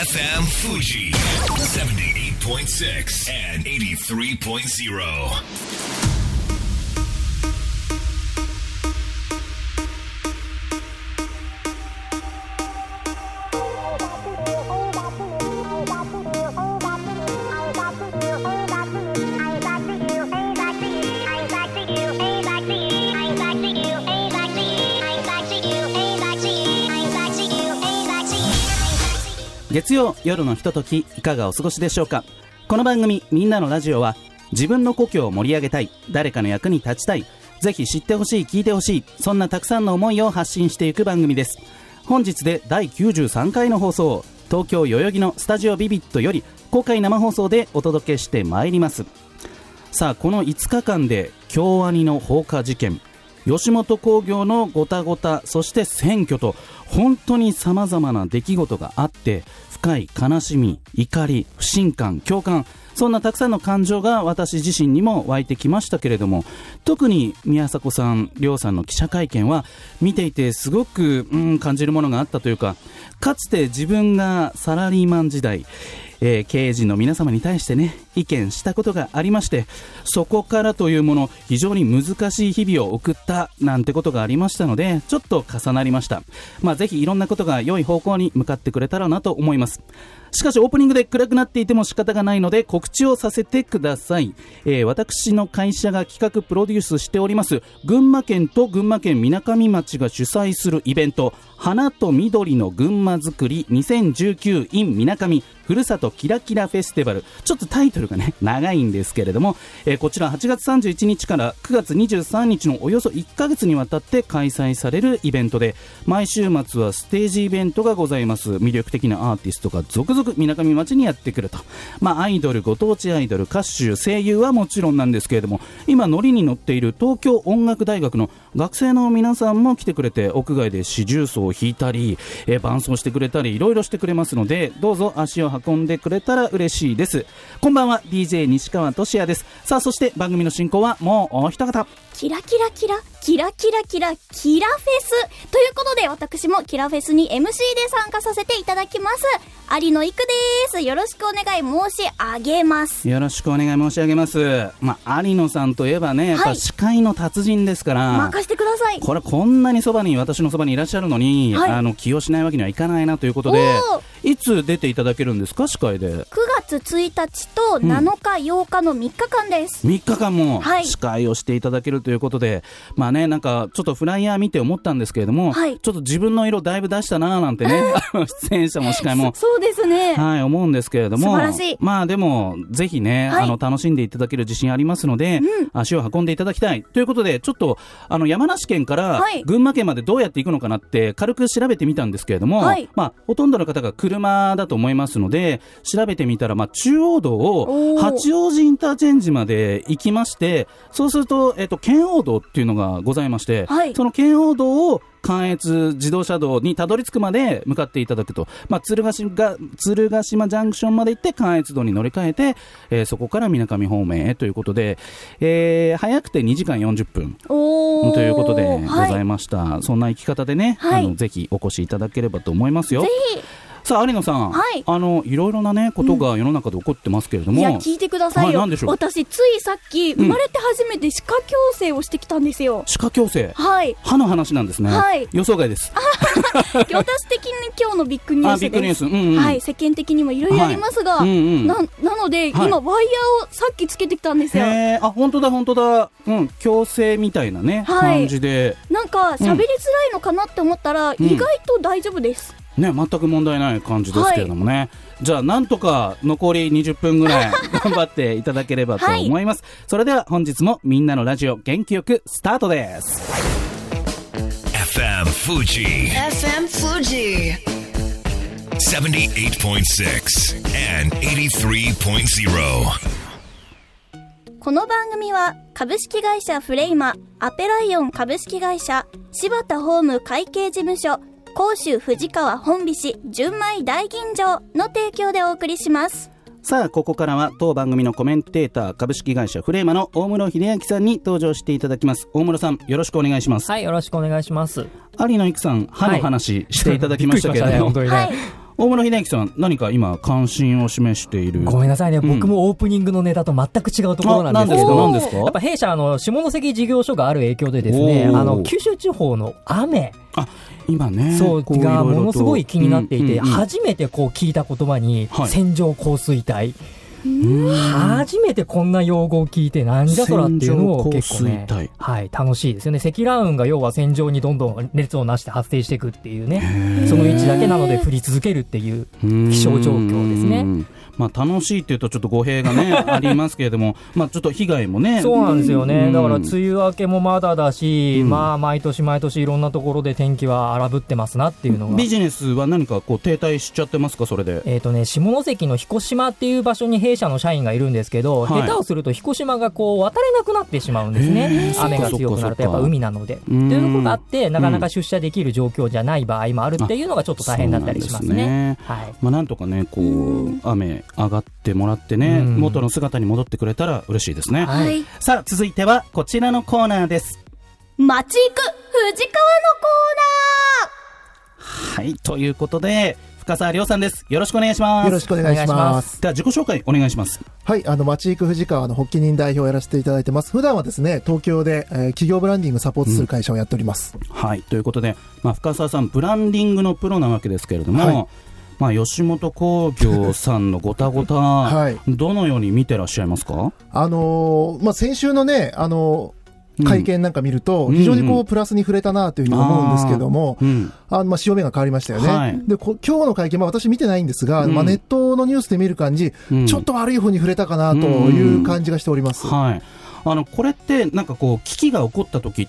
FM Fuji 78.6 and 83.0。 月曜夜のひととき、いかがお過ごしでしょうか。この番組みんなのラジオは、自分の故郷を盛り上げたい、誰かの役に立ちたい、ぜひ知ってほしい、聞いてほしい、そんなたくさんの思いを発信していく番組です。本日で第93回の放送、東京代々木のスタジオビビットより公開生放送でお届けしてまいります。さあ、この5日間で京アニの放火事件、吉本興業のごたごた、そして選挙と、本当に様々な出来事があって、深い悲しみ、怒り、不信感、共感、そんなたくさんの感情が私自身にも湧いてきましたけれども、特に宮迫さん、亮さんの記者会見は見ていてすごく感じるものがあったというか、かつて自分がサラリーマン時代、経営陣の皆様に対してね、意見したことがありまして、そこからというもの、非常に難しい日々を送ったなんてことがありましたので、ちょっと重なりました。ぜひいろんなことが良い方向に向かってくれたらなと思います。しかしオープニングで暗くなっていても仕方がないので告知をさせてください。私の会社が企画プロデュースしております群馬県と群馬県みなかみ町が主催するイベント、花と緑の群馬づくり2019 in みなかみふるさとキラキラフェスティバル、ちょっとタイトルがね長いんですけれども、こちら8月31日から9月23日のおよそ1ヶ月にわたって開催されるイベントで、毎週末はステージイベントがございます。魅力的なアーティストが続々みなかみ町にやってくると、アイドル、ご当地アイドル、歌手、声優はもちろんなんですけれども、今ノリに乗っている東京音楽大学の学生の皆さんも来てくれて、屋外で四重奏を弾いたり、伴奏してくれたり、いろいろしてくれますので、どうぞ足を運んでくれたら嬉しいです。こんばんは、 DJ 西川俊也です。さあ、そして番組の進行はもうお一方、 キラキラキラキラキラキラキラフェスということで、私もキラフェスに MC で参加させていただきます。有野育です。よろしくお願い申し上げます。 よろしくお願い申し上げます。有野さんといえばね、やっぱ司会の達人ですから、 任せてください。 これこんなに私のそばにいらっしゃるのに、起用しないわけにはいかないなということで、いつ出ていただけるんですか、司会で。 9月1日と7日、8日の3日間です。 3日間も司会をしていただけるということで、なんかちょっとフライヤー見て思ったんですけれども、ちょっと自分の色だいぶ出したなーなんてね出演者も司会もそうですね、 思うんですけれども、 素晴らしい。 でもぜひね、楽しんでいただける自信ありますので、足を運んでいただきたいということで、ちょっと山梨県から群馬県までどうやって行くのかなって軽く調べてみたんですけれども、ほとんどの方が車だと思いますので、調べてみたら、中央道を八王子インターチェンジまで行きまして、そうすると、圏央道っていうのがございまして、その圏央道を関越自動車道にたどり着くまで向かっていただくと、鶴ヶ島ジャンクションまで行って関越道に乗り換えて、そこから水上方面へということで、早くて2時間40分ということでございました。そんな生き方でね、ぜひお越しいただければと思いますよ。 ぜひ。 さあ有野さん、いろいろなねことが世の中で起こってますけれども、 いや聞いてくださいよ。 何でしょう。 私ついさっき生まれて初めて歯科矯正をしてきたんですよ。 歯科矯正、歯の話なんですね。予想外です。 私的に今日のビッグニュースです。ビッグニュース、世間的にもいろいろありますが、なので今ワイヤーをさっきつけてきたんですよ。 本当だ矯正みたいなね、感じで、 なんか喋りづらいのかなって思ったら、意外と大丈夫ですね。全く問題ない感じですけれどもね、じゃあなんとか残り20分ぐらい頑張っていただければと思います。それでは本日もみんなのラジオ元気よくスタートです。 FM Fuji 78.6 and 83.0。 この番組は株式会社フレイマ、アペライオン株式会社、柴田ホーム会計事務所、甲州藤川本菱純米大吟醸の提供でお送りします。 さあ、ここからは当番組のコメンテーター、株式会社フレーマの大室秀明さんに登場していただきます。大室さん、よろしくお願いします。 はい、よろしくお願いします。 有野育さん、歯の話していただきましたけれども、 本当にね、 大村秀樹さん、何か今関心を示している。 ごめんなさいね、僕もオープニングのネタと全く違うところなんですけど、 何ですかやっぱ弊社下関事業所がある影響でですね、九州地方の雨、 今ね、 そうがものすごい気になっていて、初めてこう聞いた言葉に、線状降水帯、初めてこんな用語を聞いてなんじゃそらっていうのを結構ね、楽しいですよね。積乱雲が要は線状にどんどん熱をなして発生していくっていうね、その位置だけなので降り続けるっていう気象状況ですね。 楽しいっていうとちょっと語弊がねありますけれども、ちょっと被害もね。 そうなんですよね。だから梅雨明けもまだだし、毎年毎年いろんなところで天気は荒ぶってますなっていうのが。 ビジネスは何かこう停滞しちゃってますか、それで。 下関の彦島っていう場所に弊社の社員がいるんですけど、下手をすると彦島がこう渡れなくなってしまうんですね。雨が強くなるとやっぱ海なのでっていうところがあって、なかなか出社できる状況じゃない場合もあるっていうのがちょっと大変だったりしますね。 なんとかね、こう雨上がってもらってね、元の姿に戻ってくれたら嬉しいですね。さあ続いてはこちらのコーナーです。 街行く藤川のコーナー。 はい、ということで深澤亮さんです。よろしくお願いします。 よろしくお願いします。 では自己紹介お願いします。 はい、街行く藤川の発起人代表をやらせていただいてます。普段はですね、東京で、企業ブランディングサポートする会社をやっております。 はい、ということで、深澤さんブランディングのプロなわけですけれども、吉本興業さんのごたごた、どのように見てらっしゃいますか？ 先週のね、会見なんか見ると、非常にこうプラスに触れたなというふうに思うんですけども、潮目が変わりましたよね。で、今日の会見、私見てないんですが、ネットのニュースで見る感じ、ちょっと悪い方に触れたかなという感じがしております。 これってなんかこう危機が起こった時って、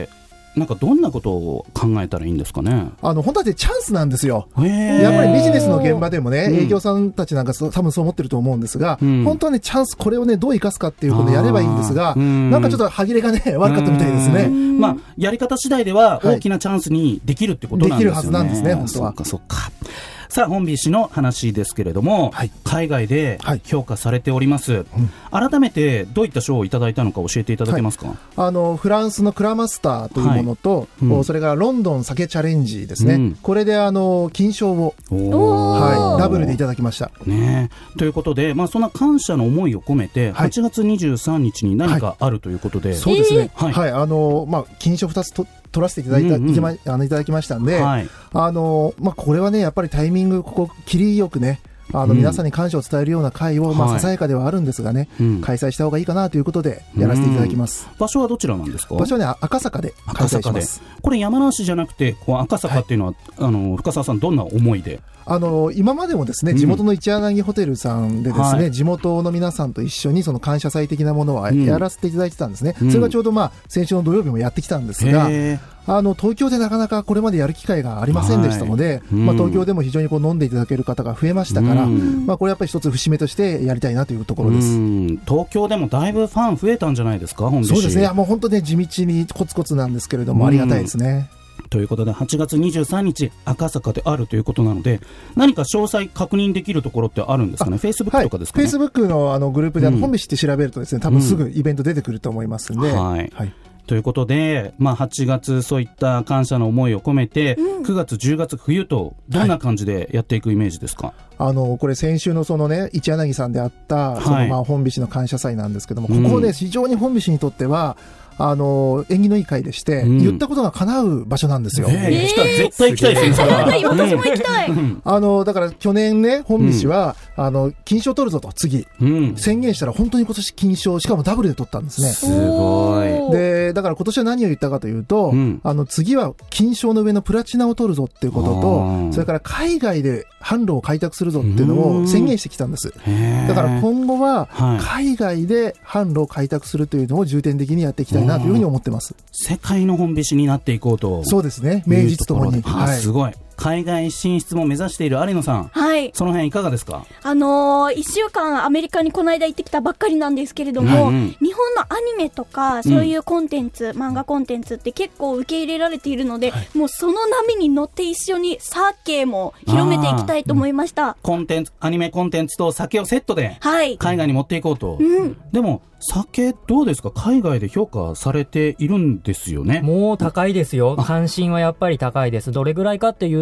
なんかどんなことを考えたらいいんですかね。 本当はチャンスなんですよ。やっぱりビジネスの現場でもね、営業さんたちなんか多分そう思ってると思うんですが、本当はね、チャンス、これをね、どう生かすかっていうことをやればいいんですが、なんかちょっと歯切れがね、悪かったみたいですね。 やり方次第では大きなチャンスにできるってことなんですよね。できるはずなんですね、本当は。そっか。さあ本日の話ですけれども、海外で評価されております、改めてどういった賞をいただいたのか教えていただけますか？ フランスのクラマスターというものと、それからロンドン酒チャレンジですね、これで金賞を、ダブルでいただきました、 ということで、そんな感謝の思いを込めて8月23日に何かあるということで、 そうですね、金賞2つ取らせていただきましたんで、これはね、やっぱりタイミング、ここ切りよくね、皆さんに感謝を伝えるような会を、ささやかではあるんですがね、開催した方がいいかなということでやらせていただきます。 場所はどちらなんですか？ 場所はね、赤坂で開催します。 これ山梨じゃなくて赤坂っていうのは、深澤さんどんな思いで？ 今までもですね、地元の一柳ホテルさんでですね、地元の皆さんと一緒にその感謝祭的なものをやらせていただいてたんですね。それがちょうど先週の土曜日もやってきたんですが、東京でなかなかこれまでやる機会がありませんでしたので、東京でも非常に飲んでいただける方が増えましたから、これやっぱり一つ節目としてやりたいなというところです。 東京でもだいぶファン増えたんじゃないですか？ そうですね、もう本当ね、地道にコツコツなんですけれども、ありがたいですね。 ということで8月23日赤坂であるということなので、何か詳細確認できるところってあるんですかね？フェイスブックとかですかね？ フェイスブックのグループで本飯って調べるとですね、多分すぐイベント出てくると思いますんで、 ということで、8月そういった感謝の思いを込めて、9月10月冬とどんな感じでやっていくイメージですか？ これ先週のそのね、一柳さんであった本飯の感謝祭なんですけども、ここね、非常に本飯にとっては縁起のいい会でして、言ったことが叶う場所なんですよ。 絶対行きたいですね。 私も行きたい。 だから去年ね、本飯は、金賞取るぞと次、宣言したら本当に今年金賞、しかもダブルで取ったんですね。 すごい。 で、だから今年は何を言ったかというと、次は金賞の上のプラチナを取るぞっていうことと、それから海外で販路を開拓するぞっていうのを宣言してきたんです。だから今後は海外で販路を開拓するというのを重点的にやっていきたいなというふうに思ってます。 世界の本飯になっていこうと。 そうですね、名実ともに。 すごい。海外進出も目指している有野さん、その辺いかがですか ？1週間アメリカにこの間行ってきたばっかりなんですけれども、日本のアニメとかそういうコンテンツ、漫画コンテンツって結構受け入れられているので、もうその波に乗って一緒に酒も広めていきたいと思いました。 アニメコンテンツと酒をセットで海外に持っていこうと。でも酒どうですか？海外で評価されているんですよね。 もう高いですよ。関心はやっぱり高いです。どれぐらいかっていう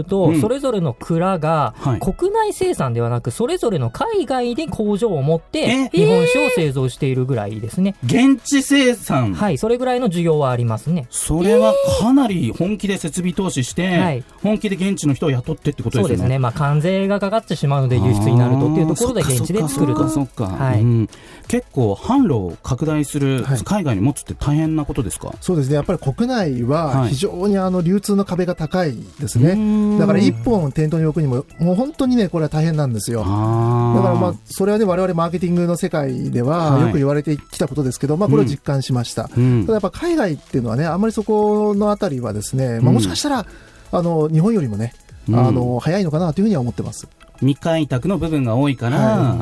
ると、それぞれの蔵が国内生産ではなく、それぞれの海外で工場を持って日本酒を製造しているぐらいですね。 現地生産。 はい、それぐらいの需要はありますね。 それはかなり本気で設備投資して、本気で現地の人を雇ってってことですよね。 そうですね。まあ関税がかかってしまうので輸出になるとっていうところで現地で作ると。 結構販路を拡大する、海外に持つって大変なことですか？ そうですね。やっぱり国内は非常に流通の壁が高いですね。だから一本店頭に置くにももう本当にねこれは大変なんですよ。だからまあそれはね我々マーケティングの世界ではよく言われてきたことですけど、まあこれを実感しました。ただやっぱ海外っていうのはねあんまりそこのあたりはですね、まあもしかしたら日本よりもね早いのかなというふうには思ってます。 未開拓の部分が多いから、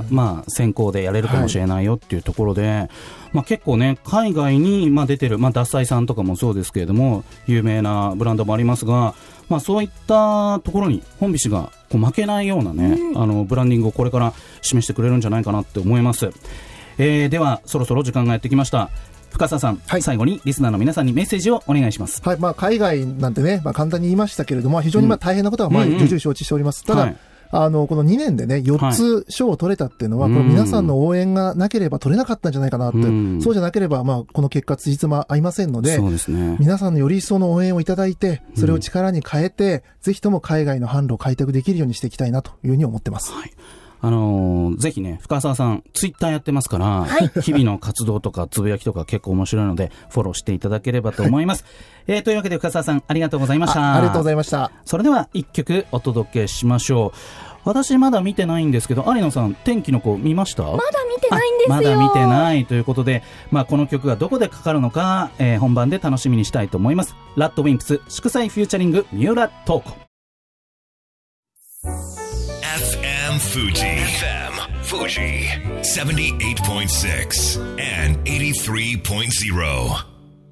まあ先行でやれるかもしれないよっていうところで、まあ結構ね海外に出てる、まあ獺祭さんとかもそうですけれども有名なブランドもありますが、まあそういったところに本菱がこう負けないようなね、ブランディングをこれから示してくれるんじゃないかなって思います。ではそろそろ時間がやってきました。深澤さん、最後にリスナーの皆さんにメッセージをお願いします。 はい、まあ海外なんてね、まあ簡単に言いましたけれども、非常に大変なことは重々承知しております。ただ、この2年でね、4つ賞を取れたっていうのは、この皆さんの応援がなければ取れなかったんじゃないかなって、そうじゃなければ、まあ、この結果、つじつま合いませんので、皆さんのより一層の応援をいただいて、それを力に変えて、ぜひとも海外の販路を開拓できるようにしていきたいなというふうに思ってます。 ぜひね、深澤さん、ツイッターやってますから、日々の活動とかつぶやきとか結構面白いので、フォローしていただければと思います。というわけで深澤さん、ありがとうございました。 ありがとうございました。 それでは、一曲お届けしましょう。私まだ見てないんですけど、有野さん、天気の子見ました？ まだ見てないんですよ。 まだ見てないということで、まあこの曲がどこでかかるのか、本番で楽しみにしたいと思います。ラッドウィンプス祝祭フューチャリング三浦透子。 FM Fuji 78.6 and 83.0。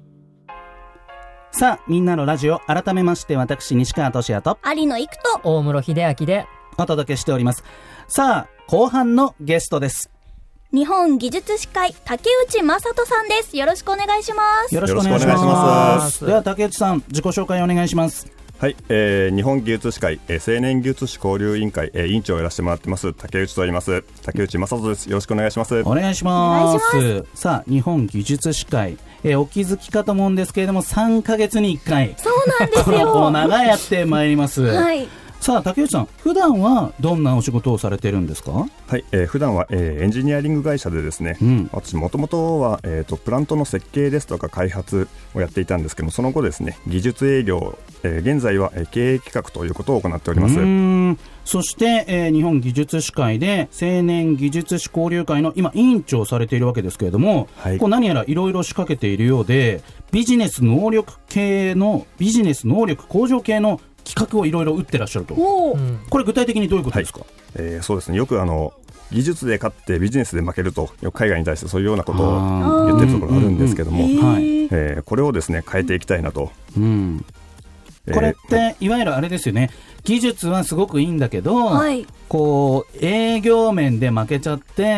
さあみんなのラジオ、改めまして私西川俊也と有野育と大室秀明でお届けしております。さあ後半のゲストです。 日本技術士会竹内正人さんです。よろしくお願いします。 よろしくお願いします。では竹内さん、自己紹介お願いします。 はい、日本技術士会、青年技術士交流委員会、委員長をやらせてもらってます竹内と言います。竹内正人です。よろしくお願いします。 お願いします。さあ日本技術士会、お気づきかと思うんですけれども3ヶ月に1回そうなんですよこのコーナーがやってまいります。 はい。 さあ竹内さん、普段はどんなお仕事をされてるんですか？ はい、普段は、エンジニアリング会社でですね、私もともとは、プラントの設計ですとか開発をやっていたんですけども、その後ですね技術営業、現在は、経営企画ということを行っております。 そして、日本技術士会で青年技術士交流会の今委員長をされているわけですけれども、こう何やらいろいろ仕掛けているようで、ビジネス能力向上系の企画をいろいろ打ってらっしゃると。これ具体的にどういうことですか？ そうですね、よく技術で勝ってビジネスで負けるとよく海外に対してそういうようなことを言ってるところがあるんですけども、これをですね変えていきたいなと。 これっていわゆるあれですよね、技術はすごくいいんだけど、こう営業面で負けちゃって、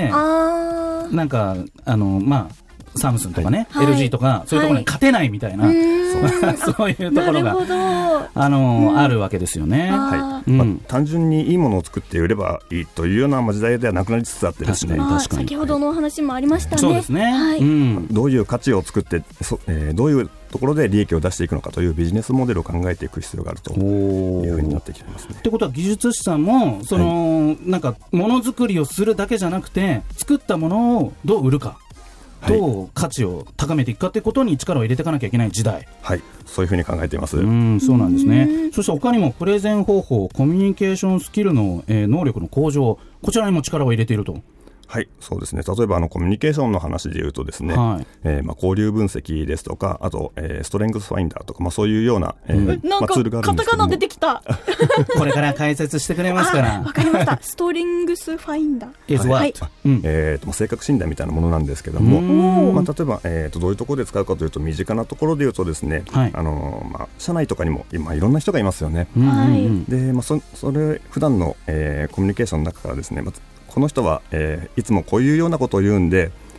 なんかまあサムスンとかね、LG とかそういうところに勝てないみたいな、そういうところがあるわけですよね。 単純にいいものを作って売ればいいというような時代ではなくなりつつあってですね、 先ほどのお話もありましたね。 そうですね、 どういう価値を作って、どういうところで利益を出していくのかというビジネスモデルを考えていく必要があるというふうになってきていますね。 ってことは技術士さんもなんかものづくりをするだけじゃなくて、作ったものをどう売るか、どう価値を高めていくかということに力を入れていかなきゃいけない時代。 はい、そういうふうに考えています。 そうなんですね。そして他にもプレゼン方法、コミュニケーションスキルの、能力の向上、こちらにも力を入れていると。 はい、そうですね。例えばコミュニケーションの話でいうとですね、交流分析ですとか、あと、ストレングスファインダーとか、そういうような、 なんかツールがあるんですけども、 カタカナ出てきたこれから解説してくれますから。 わかりました。ストレングスファインダー、性格診断みたいなものなんですけども、例えば、どういうところで使うかというと、身近なところでいうとですね、社内とかにも今いろんな人がいますよね。で、それ普段の、コミュニケーションの中からですね、この人は、いつもこういうようなことを言うんで、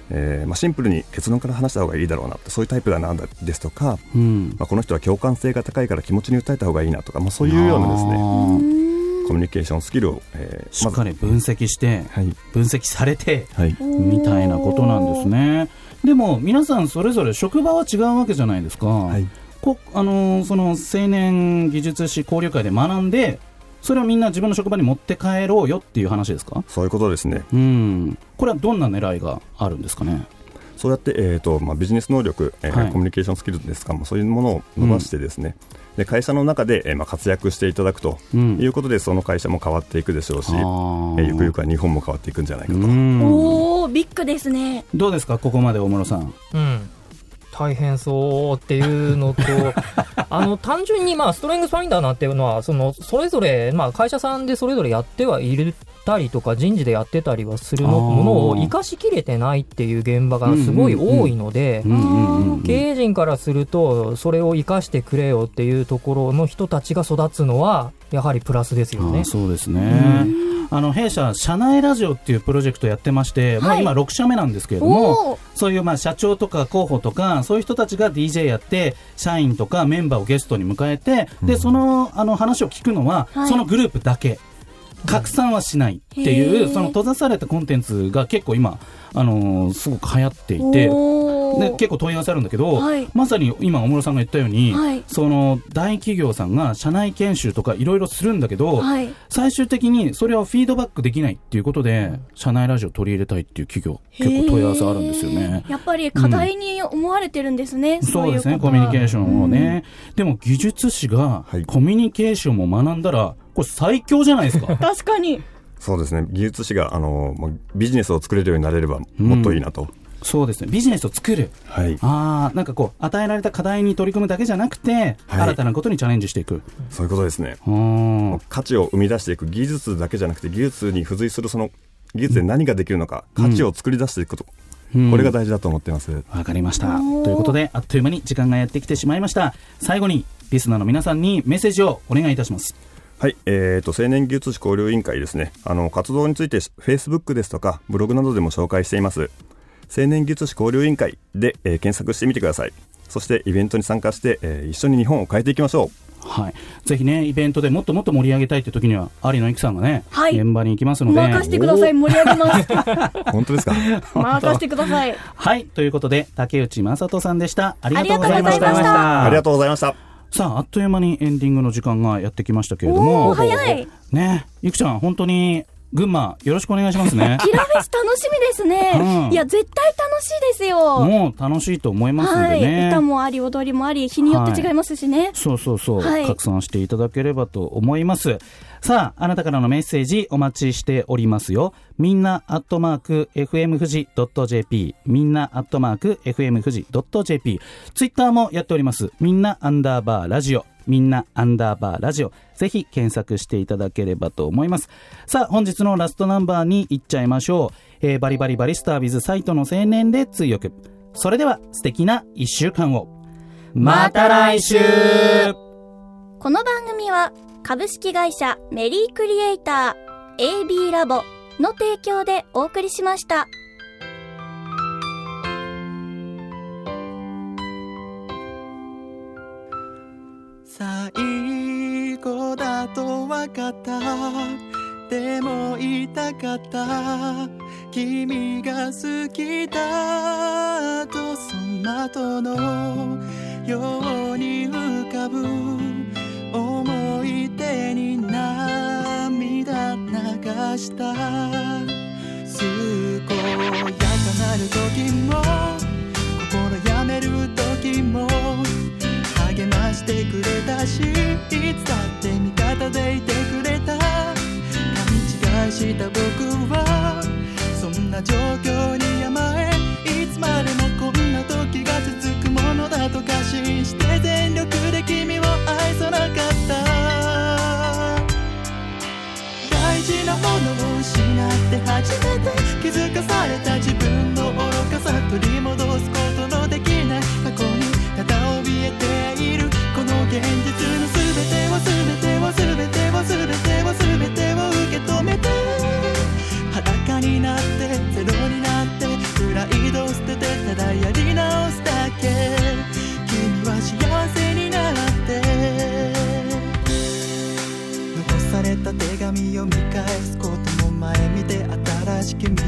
シンプルに結論から話した方がいいだろうなって、そういうタイプだなですとか、この人は共感性が高いから気持ちに訴えた方がいいなとか、そういうようなですねコミュニケーションスキルを、 しっかり分析して、分析されて、みたいなことなんですね。でも皆さんそれぞれ職場は違うわけじゃないですか、その青年技術士交流会で学んで、それをみんな自分の職場に持って帰ろうよっていう話ですか？ そういうことですね。 これはどんな狙いがあるんですかね？ そうやって、ビジネス能力、コミュニケーションスキルですか、そういうものを伸ばしてですね、で会社の中で、活躍していただくということで、その会社も変わっていくでしょうし、ゆくゆくは日本も変わっていくんじゃないかと。 おー、ビッグですね。 どうですか、ここまで大室さん。 大変そうっていうのと単純にストレングスファインダーなんていうのはそれぞれ、会社さんでそれぞれやってはいるたりとか人事でやってたりはするものを生かしきれてないっていう現場がすごい多いので、経営陣からするとそれを生かしてくれよっていうところの人たちが育つのはやはりプラスですよね。 そうですね。弊社社内ラジオっていうプロジェクトやってまして、もう今6社目なんですけれども、そういう社長とか候補とかそういう人たちが DJ やって社員とかメンバーをゲストに迎えて、でその話を聞くのはそのグループだけ、拡散はしないっていう、その閉ざされたコンテンツが結構今すごく流行っていて、で結構問い合わせあるんだけど、まさに今大室さんが言ったように、その大企業さんが社内研修とかいろいろするんだけど、最終的にそれをフィードバックできないっていうことで、社内ラジオを取り入れたいっていう企業結構問い合わせあるんですよね。 やっぱり課題に思われてるんですね。 そうですね、コミュニケーションをね。でも技術士がコミュニケーションも学んだら、これ最強じゃないですか。 確かに。 そうですね、技術士がビジネスを作れるようになれればもっといいなと。 そうですね、ビジネスを作る、なんか与えられた課題に取り組むだけじゃなくて、新たなことにチャレンジしていく。 そういうことですね。価値を生み出していく、技術だけじゃなくて技術に付随するその技術で何ができるのか、価値を作り出していくこと、これが大事だと思っています。 わかりました。ということで、あっという間に時間がやってきてしまいました。最後にリスナーの皆さんにメッセージをお願いいたします。 青年技術士交流委員会ですね、活動について Facebook ですとかブログなどでも紹介しています。青年技術士交流委員会で、検索してみてください。そしてイベントに参加して、一緒に日本を変えていきましょう。ぜひね、イベントでもっともっと盛り上げたいという時には有野由紀さんがね、現場に行きますので、 任せてください。盛り上げます。 本当ですか？ 任せてください。 ということで竹内正人さんでした。ありがとうございました。 ありがとうございました。 さあ、あっという間にエンディングの時間がやってきましたけれども、 早いね、ゆきちゃん本当に群馬よろしくお願いしますね。 キラフェス楽しみですね。いや絶対楽しいですよ。 もう楽しいと思いますんでね。 歌もあり踊りもあり、日によって違いますしね。 そう、拡散していただければと思います。さあ、あなたからのメッセージお待ちしておりますよ。みんな@fm富士 .jp、 みんな@fm富士 .jp、 ツイッターもやっております。みんな_ラジオ、みんな_ラジオ、ぜひ検索していただければと思います。さあ、本日のラストナンバーに行っちゃいましょう。バリバリバリスター with サイトの青年で追憶。それでは素敵な1週間を。また来週。 この番組は株式会社メリークリエイター AB ラボの提供でお送りしました。 最後だと分かった、でも痛かった、君が好きだとその後のように浮かぶ思い出に涙流した。健やかなる時も心やめる時も励ましてくれたし、いつだって味方でいてくれた。勘違いした僕はそんな状況に甘え、いつまでもこんな時が続くものだと過信して全力で君を愛さなかった。大事なものを失って初めて気づかされた自分の愚かさ、取り戻すことのできない過去にただ怯えているこの現実の全てを全てを全てを全てを全てを受け止めて、裸になってゼロになってプライド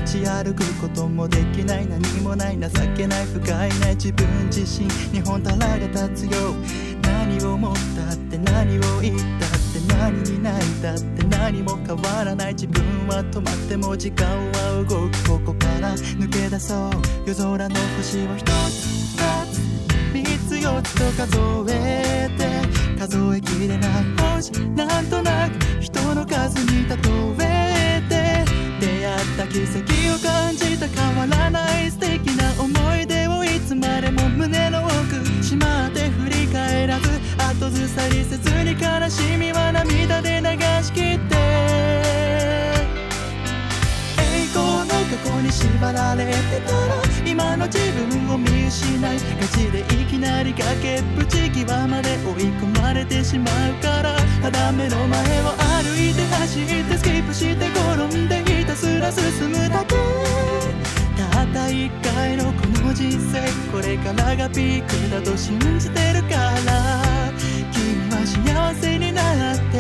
ち歩くこともできない、何もない情けない不甲斐ない自分自身に本たらが立つよ。何を思ったって何を言ったって何に泣いたって何も変わらない。自分は止まっても時間は動く。ここから抜け出そう。夜空の星を一つ二つ三つ四つと数えて、数えきれない星なんとなく人の数に例えて、出会った奇跡を感じた変わらない素敵な思い出をいつまでも胸の奥しまって振り返らず後ずさりせずに悲しみは涙で流しきって、栄光の過去に縛られてたら今の自分を見失い、ガチでいきなり崖っぷち際まで追い込まれてしまうから、肌目の前を歩いて走ってスキップして転んでひたすら進むだけ。たった一回のこの人生、これからがピークだと信じてるから、君は幸せになって